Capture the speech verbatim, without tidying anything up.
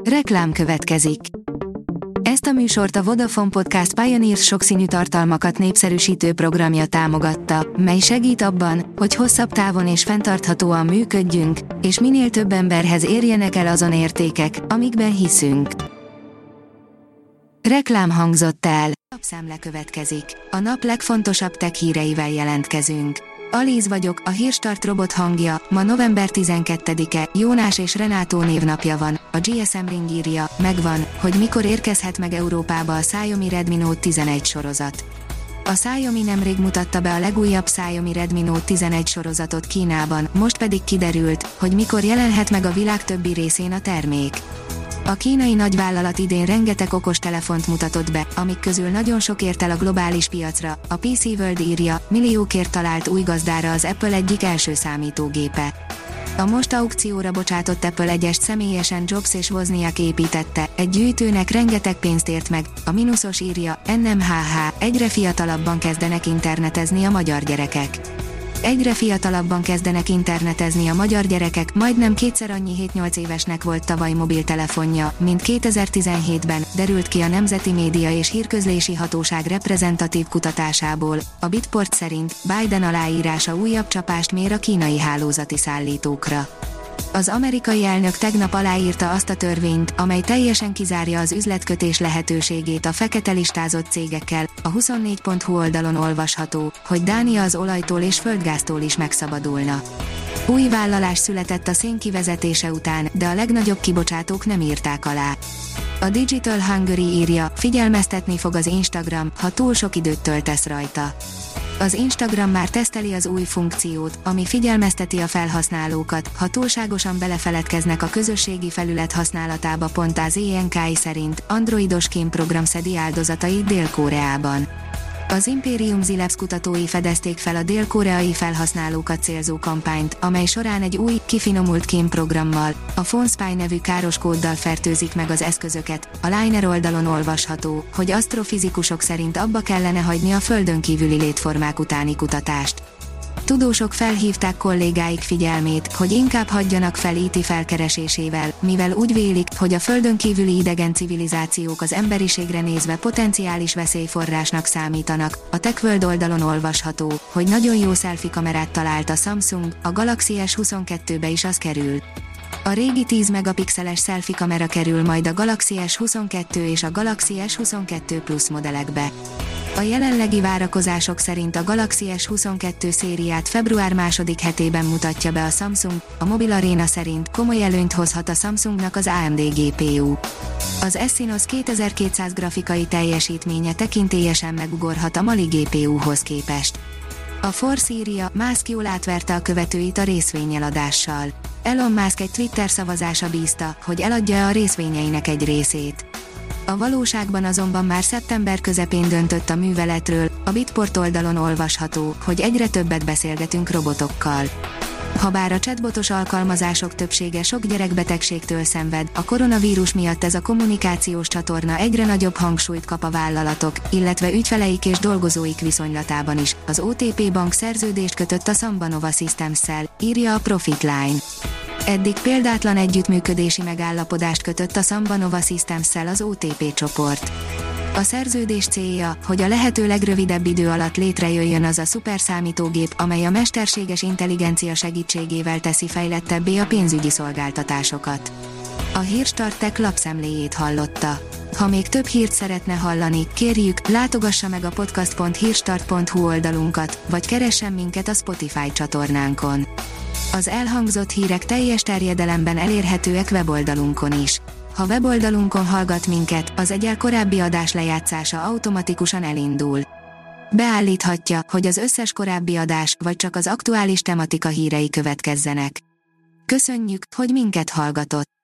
Reklám következik. Ezt a műsort a Vodafone Podcast Pioneers sokszínű tartalmakat népszerűsítő programja támogatta, mely segít abban, hogy hosszabb távon és fenntarthatóan működjünk, és minél több emberhez érjenek el azon értékek, amikben hiszünk. Reklám hangzott el. Lapszemle következik. A nap legfontosabb tech híreivel jelentkezünk. Alíz vagyok, a Hírstart robot hangja. Ma november tizenkettedike, Jónás és Renátó névnapja van. A gé es em Ring írja, megvan, hogy mikor érkezhet meg Európába a Xiaomi Redmi Note tizenegy sorozat. A Xiaomi nemrég mutatta be a legújabb Xiaomi Redmi Note tizenegy sorozatot Kínában, most pedig kiderült, hogy mikor jelenhet meg a világ többi részén a termék. A kínai nagyvállalat idén rengeteg okostelefont mutatott be, amik közül nagyon sok ért el a globális piacra. A pé cé World írja, milliókért talált új gazdára az Apple egyik első számítógépe. A most aukcióra bocsátott Apple egyest személyesen Jobs és Wozniak építette, egy gyűjtőnek rengeteg pénzt ért meg. A mínuszos írja, en em há há, egyre fiatalabban kezdenek internetezni a magyar gyerekek. Egyre fiatalabban kezdenek internetezni a magyar gyerekek, majdnem kétszer annyi hét-nyolc évesnek volt tavaly mobiltelefonja, mint kétezer-tizenhétben, derült ki a Nemzeti Média és Hírközlési Hatóság reprezentatív kutatásából. A Bitport szerint Biden aláírása újabb csapást mér a kínai hálózati szállítókra. Az amerikai elnök tegnap aláírta azt a törvényt, amely teljesen kizárja az üzletkötés lehetőségét a fekete listázott cégekkel. A huszonnégy pont hu oldalon olvasható, hogy Dánia az olajtól és földgáztól is megszabadulna. Új vállalás született a szén kivezetése után, de a legnagyobb kibocsátók nem írták alá. A Digital Hungary írja, figyelmeztetni fog az Instagram, ha túl sok időt töltesz rajta. Az Instagram már teszteli az új funkciót, ami figyelmezteti a felhasználókat, ha túlságosan belefeledkeznek a közösségi felület használatába. Pont az é en ká i szerint androidos kémprogram szedi áldozatait Dél-Koreában. Az Imperium Labs kutatói fedezték fel a dél-koreai felhasználókat célzó kampányt, amely során egy új, kifinomult kémprogrammal, a PhoneSpy nevű káros kóddal fertőzik meg az eszközöket. A Liner oldalon olvasható, hogy asztrofizikusok szerint abba kellene hagyni a földön kívüli létformák utáni kutatást. Tudósok felhívták kollégáik figyelmét, hogy inkább hagyjanak fel í té felkeresésével, mivel úgy vélik, hogy a földön kívüli idegen civilizációk az emberiségre nézve potenciális veszélyforrásnak számítanak. A TechWorld oldalon olvasható, hogy nagyon jó selfie kamerát talált a Samsung, a Galaxy es huszonkettőbe is az kerül. A régi tíz megapixeles selfie kamera kerül majd a Galaxy es huszonkettő és a Galaxy es huszonkettő Plus modellekbe. A jelenlegi várakozások szerint a Galaxy es huszonkettő szériát február második hetében mutatja be a Samsung, a Mobil Arena szerint komoly előnyt hozhat a Samsungnak az á em dé gé pé u. Az Exynos kétezer-kétszáz grafikai teljesítménye tekintélyesen megugorhat a Mali gé pé u-hoz képest. A Force írja, Musk jól átverte a követőit a részvényeladással. Elon Musk egy Twitter szavazása bízta, hogy eladja a részvényeinek egy részét. A valóságban azonban már szeptember közepén döntött a műveletről. A Bitport oldalon olvasható, hogy egyre többet beszélgetünk robotokkal. Habár a chatbotos alkalmazások többsége sok gyerekbetegségtől szenved, a koronavírus miatt ez a kommunikációs csatorna egyre nagyobb hangsúlyt kap a vállalatok, illetve ügyfeleik és dolgozóik viszonylatában is. Az o té pé Bank szerződést kötött a Sambanova Systems-szel, írja a Profitline. Eddig példátlan együttműködési megállapodást kötött a Sambanova Systems-szel az o té pé csoport. A szerződés célja, hogy a lehető legrövidebb idő alatt létrejöjjön az a szuperszámítógép, amely a mesterséges intelligencia segítségével teszi fejlettebbé a pénzügyi szolgáltatásokat. A Hírstart Tech lapszemléjét hallotta. Ha még több hírt szeretne hallani, kérjük, látogassa meg a podcast pont hírstart pont hu oldalunkat, vagy keressen minket a Spotify csatornánkon. Az elhangzott hírek teljes terjedelemben elérhetőek weboldalunkon is. Ha weboldalunkon hallgat minket, az egyel korábbi adás lejátszása automatikusan elindul. Beállíthatja, hogy az összes korábbi adás, vagy csak az aktuális tematika hírei következzenek. Köszönjük, hogy minket hallgatott!